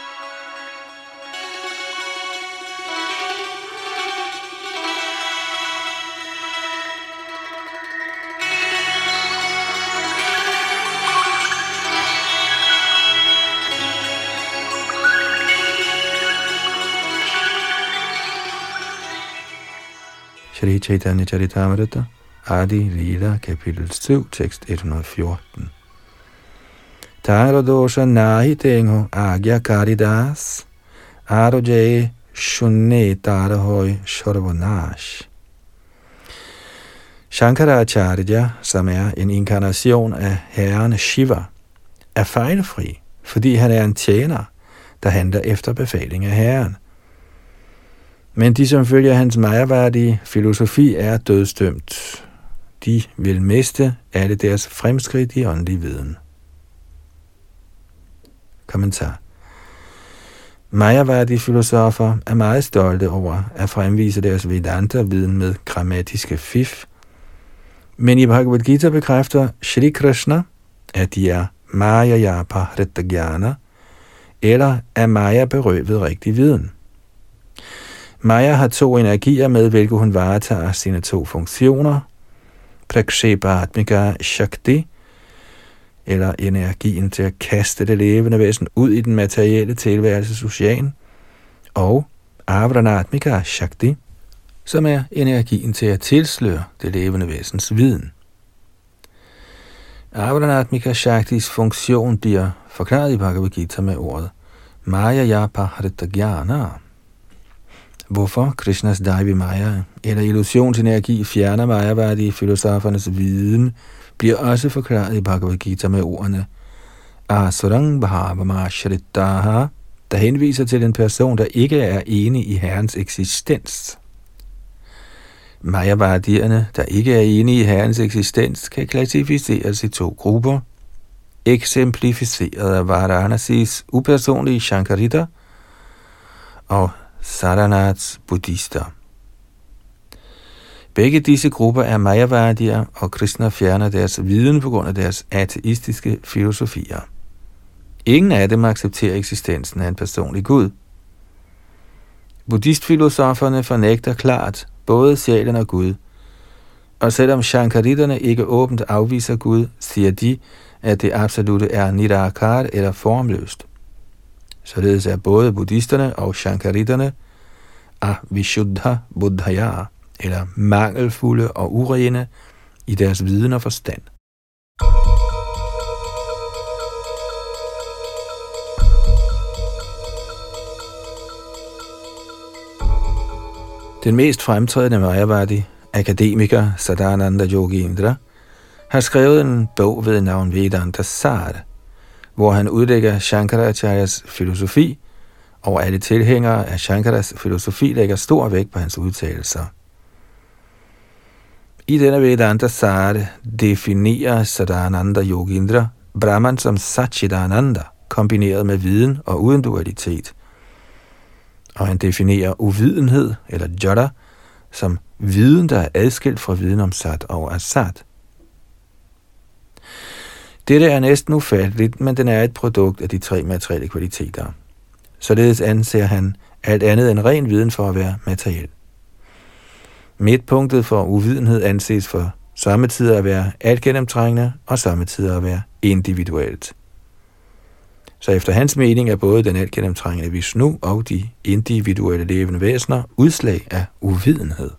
Shri Chaitanya Charitamrita, Adi Lila, kapitel 7, tekst 114. Taradosha nahi tengo agya karidas, arojaye shunne tarahoy shorvanash. Shankaracharya, som er en inkarnation af herren Shiva, er fejlfri, fordi han er en tjener, der handler efter befaling af herren. Men de, som følger hans Mayavadi filosofi, er dødsdømt. De vil miste alle deres fremskridt i åndelig viden. Kommentar. Mayavadi-filosofer er meget stolte over at fremvise deres Vedanta-viden med grammatiske fif, men i Bhagavad Gita bekræfter Shri Krishna, at de er Maya-yapa-hritta-gyana, eller er Maya berøvet rigtig viden. Maya har to energier, med hvilke hun varetager sine to funktioner, Prakshepa-atmika Shakti, eller energien til at kaste det levende væsen ud i den materielle tilværelses ocean, og Avranatmika Shakti, som er energien til at tilsløre det levende væsens viden. Avranatmika Shaktis funktion bliver forklaret i Bhagavad Gita med ordet Maya-yapa-hritta-gyana. Hvorfor Krishnas Daivi Maya, eller illusionsenergi, fjerner Mayavadi-filosofernes viden, bliver også forklaret i Bhagavad Gita med ordene Asurang Bhavamashrittaha, der henviser til en person, der ikke er enig i herrens eksistens. Mayavadierne, der ikke er enige i herrens eksistens, kan klassificeres i to grupper, eksemplificeret af Varanasis upersonlige Shankarita og Saranats buddhister. Begge disse grupper er Mayavadier, og Krishna fjerner deres viden på grund af deres ateistiske filosofier. Ingen af dem accepterer eksistensen af en personlig Gud. Buddhistfilosoferne fornægter klart både sjælen og Gud, og selvom Shankariterne ikke åbent afviser Gud, siger de, at det absolutte er nirakar eller formløst. Således er både buddhisterne og Shankariterne avishuddha buddhaya, eller mangelfulde og urene i deres viden og forstand. Den mest fremtrædende Mayavadi, akademiker Sadananda Yogindra, har skrevet en bog ved navn Vedanta Sar, hvor han udlægger Shankaracharyas filosofi, og alle tilhængere af Shankaras filosofi lægger stor vægt på hans udtalelser. I denne Vedanta Sar definerer Sadananda Yogindra Brahman som Satchidananda, kombineret med viden og uden dualitet. Og han definerer uvidenhed, eller jada, som viden, der er adskilt fra viden om Sat og Asat. Dette er næsten ufatteligt, men den er et produkt af de tre materielle kvaliteter. Således anser han alt andet end ren viden for at være materiel. Midtpunktet for uvidenhed anses for samme tid at være alt gennemtrængende og samme tid at være individuelt. Så efter hans mening er både den alt gennemtrængende Vishnu og de individuelle levende væsener udslag af uvidenhed.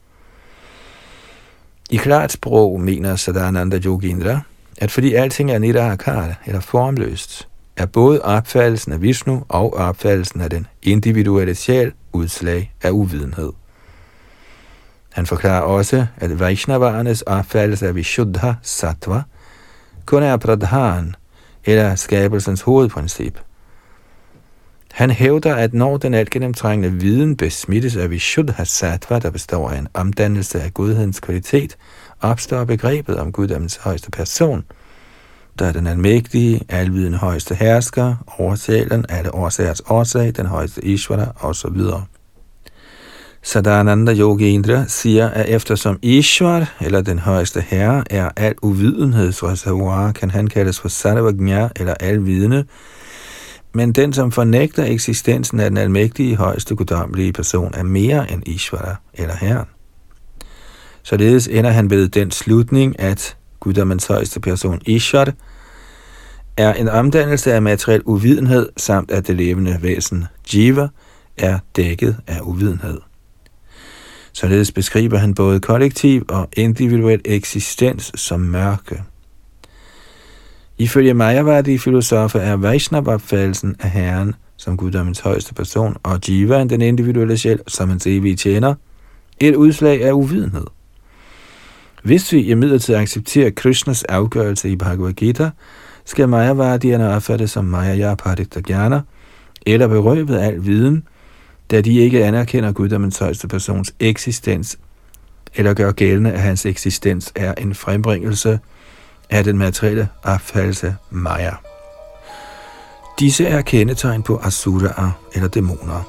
I klart sprog mener Sadananda Yogindra, at fordi alting er nidakar eller formløst, er både opfattelsen af Vishnu og opfattelsen af den individuelle sjæl udslag af uvidenhed. Han forklarer også, at Vaishnavaernes opfattelse af Vishuddha Sattva kun er pradhan, eller skabelsens hovedprincip. Han hævder, at når den altgennemtrængende viden besmittes af Vishuddha Sattva, der består af en omdannelse af godhedens kvalitet, opstår begrebet om guddommens højeste person, der er den almægtige, alvidende højeste hersker, oversjælen, alle årsagers årsag, den højeste Ishvara osv. Sadananda Yogindra siger, at eftersom Ishvar, eller den højeste herre, er al uvidenhedsreservoir, kan han kaldes for Sarvagnya, eller alvidende, men den, som fornægter eksistensen af den almægtige, højeste guddommelige person, er mere end Ishvara, eller herren. Således ender han ved den slutning, at guddommens højeste person, Ishvar, er en omdannelse af materiel uvidenhed, samt at det levende væsen, Jiva, er dækket af uvidenhed. Således beskriver han både kollektiv og individuel eksistens som mørke. Ifølge Mayavadi filosofer er Vaishnava-opfattelsen af Herren som guddommens højeste person og Jivaen, den individuelle sjæl, som hans evige tjener, et udslag af uvidenhed. Hvis vi imidlertid accepterer Krishnas afgørelse i Bhagavad Gita, skal Mayavadierne opfattes som Maya Paritagana, eller berøvet al viden, da de ikke anerkender guddommens højeste persons eksistens, eller gør gældende, at hans eksistens er en frembringelse af den materielle opfattelse Maya. Disse er kendetegn på asuraer eller dæmoner.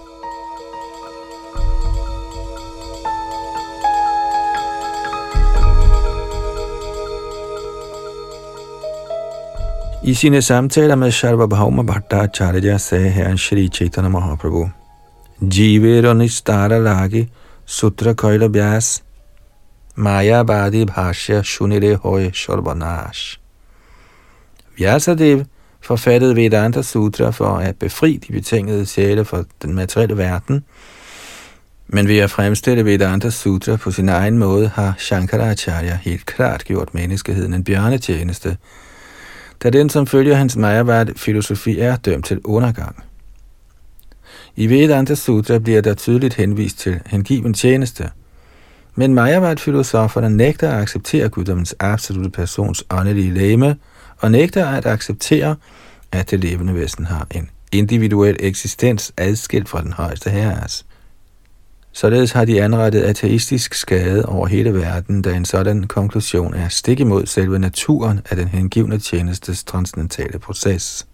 I sine samtaler med Sarvabhauma Bhattacharya sagde herren Shri Chaitanya Mahaprabhu: Jivero nistara lagi sutra koila bhyas maya badi bhashya shunile hoy shorvanash. Vyasadev forfattede Vedanta Sutra for at befri de betingede sjæle fra den materielle verden, men ved at fremstille Vedanta Sutra på sin egen måde har Shankaracharya helt klart gjort menneskeheden en bjørnetjeneste, da den, som følger hans Mayavad-filosofi, er dømt til undergang. I Vedanta Sutra bliver der tydeligt henvist til hengiven tjeneste, men Mayavad-filosoferne nægter at acceptere guddommens absolutte persons åndelige legeme, og nægter at acceptere, at det levende væsen har en individuel eksistens adskilt fra den højeste herres. Således har de anrettet ateistisk skade over hele verden, da en sådan konklusion er stik imod selve naturen af den hengivne tjenestes transcendentale proces.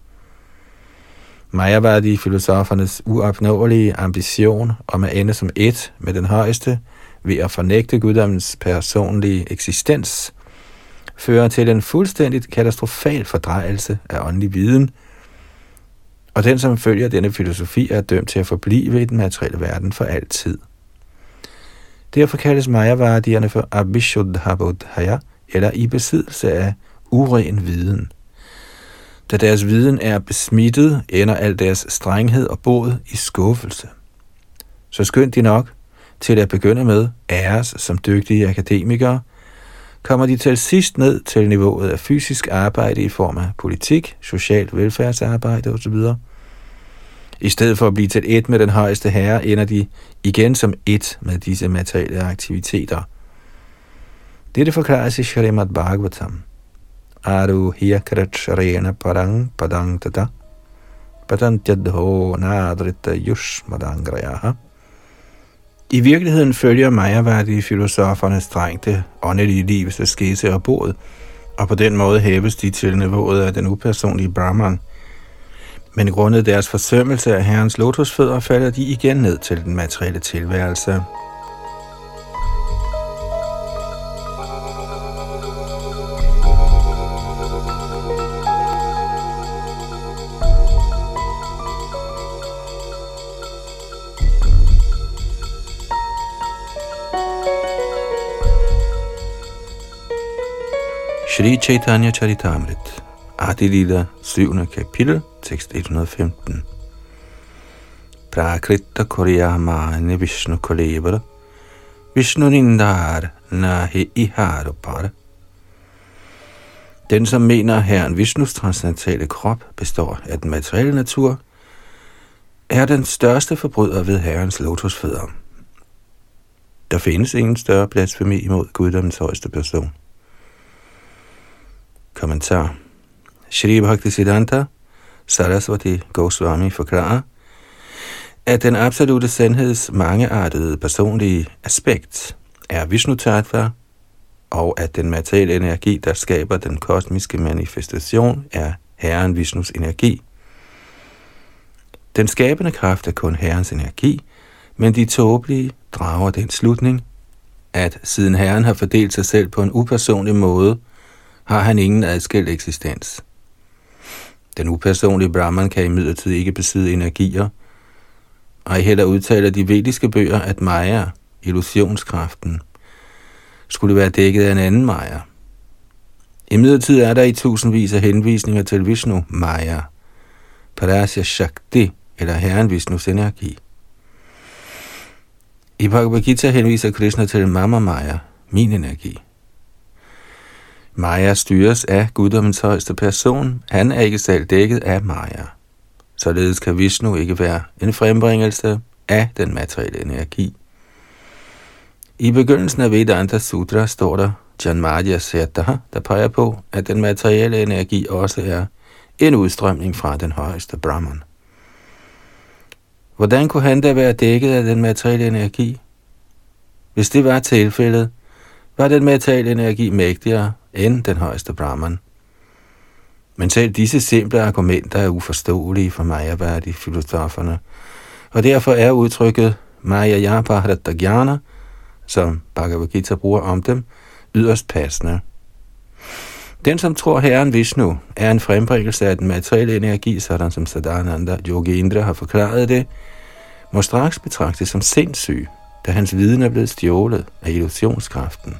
Mayavadi-filosofernes uopnåelige ambition om at ende som et med den højeste ved at fornægte guddommens personlige eksistens, fører til en fuldstændigt katastrofal fordrejelse af åndelig viden, og den, som følger denne filosofi, er dømt til at forblive i den materielle verden for altid. Derfor kaldes Mayavadierne for Abhishuddha Bodhaya, eller i besiddelse af uren viden. Da deres viden er besmittet, ender al deres strenghed og bod i skuffelse. Så skønt de nok til at begynde med æres som dygtige akademikere, kommer de til sidst ned til niveauet af fysisk arbejde i form af politik, socialt velfærdsarbejde osv. I stedet for at blive til et med den højeste herre, ender de igen som et med disse materielle aktiviteter. Dette forklares i Srimad Bhagavatam. Aruhya kratcharena parang padang tata padantyadho nadrita yushmadangrayaha. I virkeligheden følger Mayavadi-filosoferne strengt det åndelige livs askese og bod, og på den måde hæves de til niveauet af den upersonlige Brahman. Men grundet deres forsømmelse af herrens lotusfødder falder de igen ned til den materielle tilværelse. Shri Chaitanya Charitamrit, Adi Lila, 7. kapitel, tekst 115. Prakrita Koryamane Vishnu Kolevara, Vishnu Nindar Nahi Iharupara. Den, som mener, at Herren Vishnus transcendentale krop består af den materielle natur, er den største forbryder ved Herrens lotusfødder. Der findes ingen større blasfemi imod guddommens højeste person. Kommentar. Shri Bhaktisiddhanta Saraswati Goswami forklarer, at den absolute sandheds mangeartede personlige aspekt er Vishnu Tattva, og at den materielle energi, der skaber den kosmiske manifestation, er Herren Vishnus energi. Den skabende kraft er kun Herrens energi, men de tåbelige drager den slutning, at siden Herren har fordelt sig selv på en upersonlig måde, har han ingen adskilt eksistens. Den upersonlige Brahman kan imidlertid ikke besidde energier, og heller udtaler de vediske bøger, at Maya, illusionskraften, skulle være dækket af en anden Maya. Imidlertid er der i tusindvis af henvisninger til Vishnu Maya, Parasya Shakti eller Herren Vishnus energi. I Bhagavad Gita henviser Krishna til Mama Maya, min energi. Maya styres af guddommens højeste person. Han er ikke selv dækket af Maya. Således kan Vishnu ikke være en frembringelse af den materielle energi. I begyndelsen af Vedanta Sutra står der Janmadya Setaha, der peger på, at den materielle energi også er en udstrømning fra den højeste Brahman. Hvordan kunne han da være dækket af den materielle energi? Hvis det var tilfældet, var den materielle energi mægtigere end den højeste Brahman. Men selv disse simple argumenter er uforståelige for Mayavadi filosoferne, og derfor er udtrykket Maya Yapahratagyana, som Bhagavad Gita bruger om dem, yderst passende. Den, som tror Herren Vishnu, er en frembringelse af den materielle energi, sådan som Sadananda Yogendra har forklaret det, må straks betragtes som sindssyg, da hans viden er blevet stjålet af illusionskraften.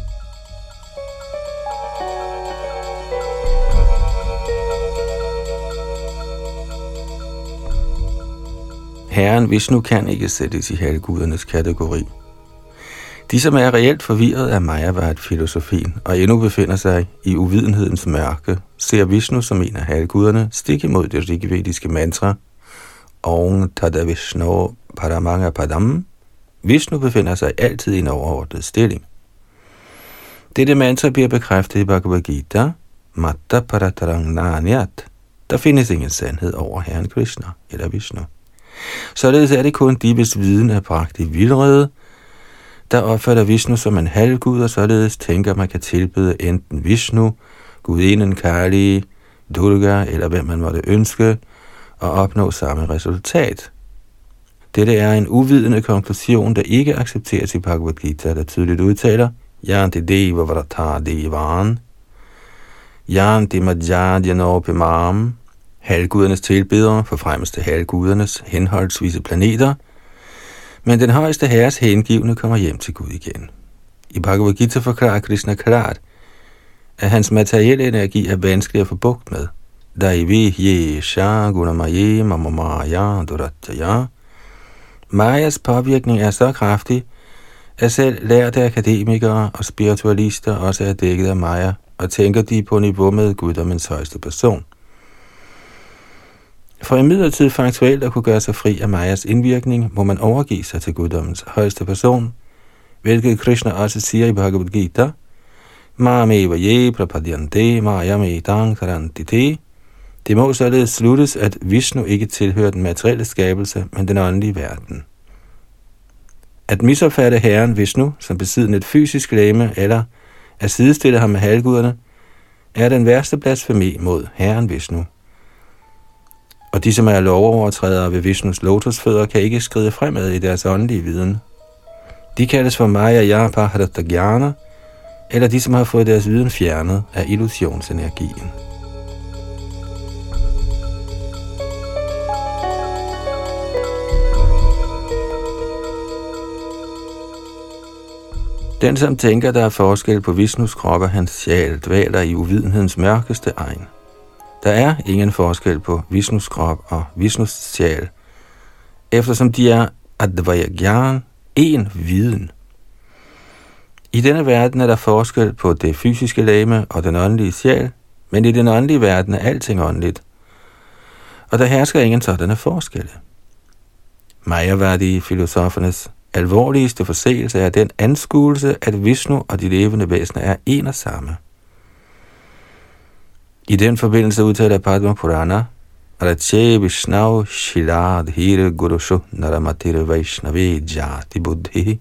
Herren Vishnu kan ikke sættes i halvgudernes kategori. De, som er reelt forvirret af Mayavad-filosofien og endnu befinder sig i uvidenhedens mørke, ser Vishnu som en af halvguderne stik imod det rigvediske mantra Om Tada Vishnu Paramanga Padam. Vishnu befinder sig altid i en overordnet stilling. Dette mantra bliver bekræftet i Bhagavad Gita, Matta Paratarang Nanyat. Der findes ingen sandhed over Herren Krishna eller Vishnu. Således er det kun de, hvis viden er bragt i vildrede, der opfatter Vishnu som en halvgud, og således tænker, man kan tilbede enten Vishnu, gudinden Kali, Durga eller hvem man måtte ønske, og opnå samme resultat. Dette er en uvidende konklusion, der ikke accepteres i Bhagavad Gita, der tydeligt udtaler Yanti Deva Vrata Devan, Yanti Madhyadhyano Pimam. Halvgudernes tilbedere forfremmes til halvgudernes henholdsvise planeter, men den højeste herres hengivne kommer hjem til Gud igen. I Bhagavad Gita forklarer Krishna klart, at hans materielle energi er vanskelig at få bugt med. Daivi yesha gunamaye mamamaya duratjaya. Mayas påvirkning er så kraftig, at selv lærte akademikere og spiritualister også er dækket af Maya, og tænker de på niveau med guddommens højeste person. For imidlertid faktuelt at kunne gøre sig fri af Mayas indvirkning, må man overgive sig til guddommens højeste person, hvilket Krishna også siger i Bhagavad Gita, Mameva ye prapadyante mayame dang tarantite. Det må således sluttes, at Vishnu ikke tilhører den materielle skabelse, men den åndelige verden. At misopfatte Herren Vishnu som besiddende et fysisk legeme, eller at sidestille ham med halvguderne, er den værste blasfemi mod Herren Vishnu. Og de, som er lovovertrædere ved Vishnus lotusfødder, kan ikke skride fremad i deres åndelige viden. De kaldes for Maya Yapahratagyana, eller de, som har fået deres viden fjernet af illusionsenergien. Den, som tænker, der er forskel på Vishnus krop og hans sjæl, dvæler i uvidenhedens mørkeste egen. Der er ingen forskel på Vishnus krop og Vishnus sjæl, eftersom de er Advaya Gyan, en viden. I denne verden er der forskel på det fysiske legeme og den åndelige sjæl, men i den åndelige verden er alting åndeligt, og der hersker ingen sådanne forskelle. Mayavadi filosofernes alvorligste forseelse er den anskuelse, at Vishnu og de levende væsener er en og samme. I den forbindelse udtaler Padma Purana, Rache Vishnav Shilad Hire Gurushu Naramatir Vaishnave Jati Buddhi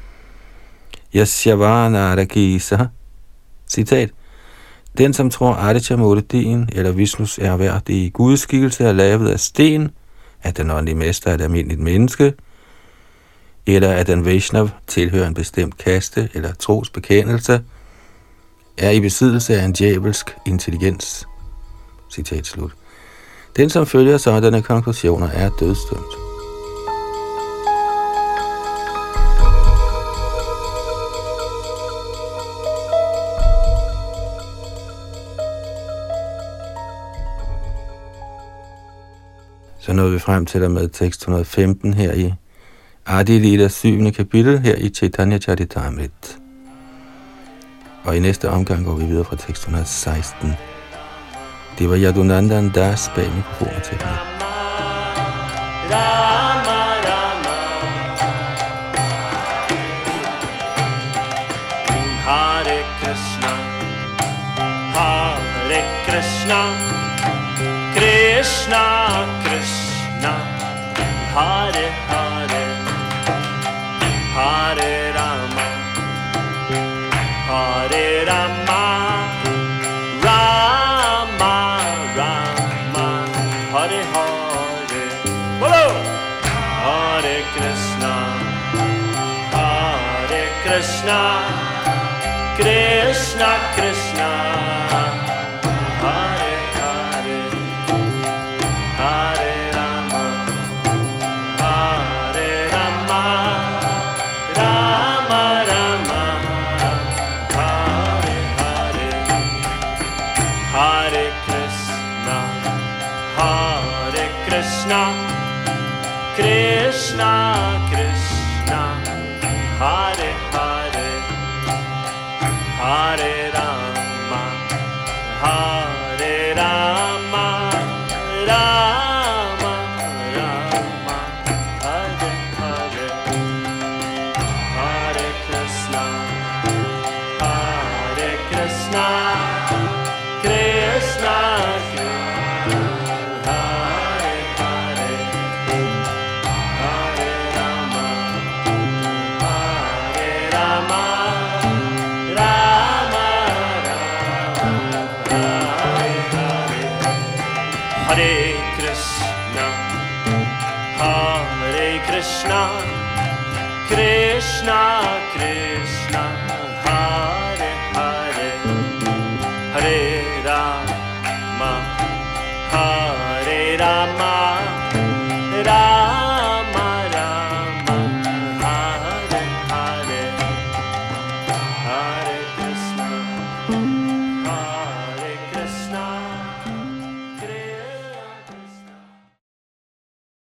Yasyavana Rakisa. Citat. Den, som tror Aditya Murdien eller Vishnus ærværdige gudskikkelse er lavet af sten, at den åndelige mester er et almindeligt menneske, eller at den Vaishnav tilhører en bestemt kaste eller trosbekendelse, er i besiddelse af en djævelsk intelligens. Citat slut. Den, som følger sådanne konklusioner, er dødsdømt. Så nåede vi frem til og med tekst 115 her i Adi Lila 7. kapitel her i Chaitanya Charitamrita. Og i næste omgang går vi videre fra tekst 116. Det var Yadunandan Das bag mikrofonen til mig. Hare Krishna, Hare Krishna, Krishna Krishna, Hare Hare, Hare Rama, Hare Rama, Rama Rama, Hare Hare. Bolo! Hare Krishna, Hare Krishna, Krishna Krishna, Hare Hare, Hare Rama, Hare Rama, Rama Rama, Hare Hare, Hare Krishna, Hare Krishna, Krishna Krishna, Hare Hare, Hare Rama, Hare Rama, Rama Rama, Hare Hare, Hare Krishna, Hare Krishna, Krishna Krishna, Hare Hare, Hare Rama, Hare Rama, Rama Rama, Hare Hare, Hare Krishna, Hare Krishna, Krishna Krishna,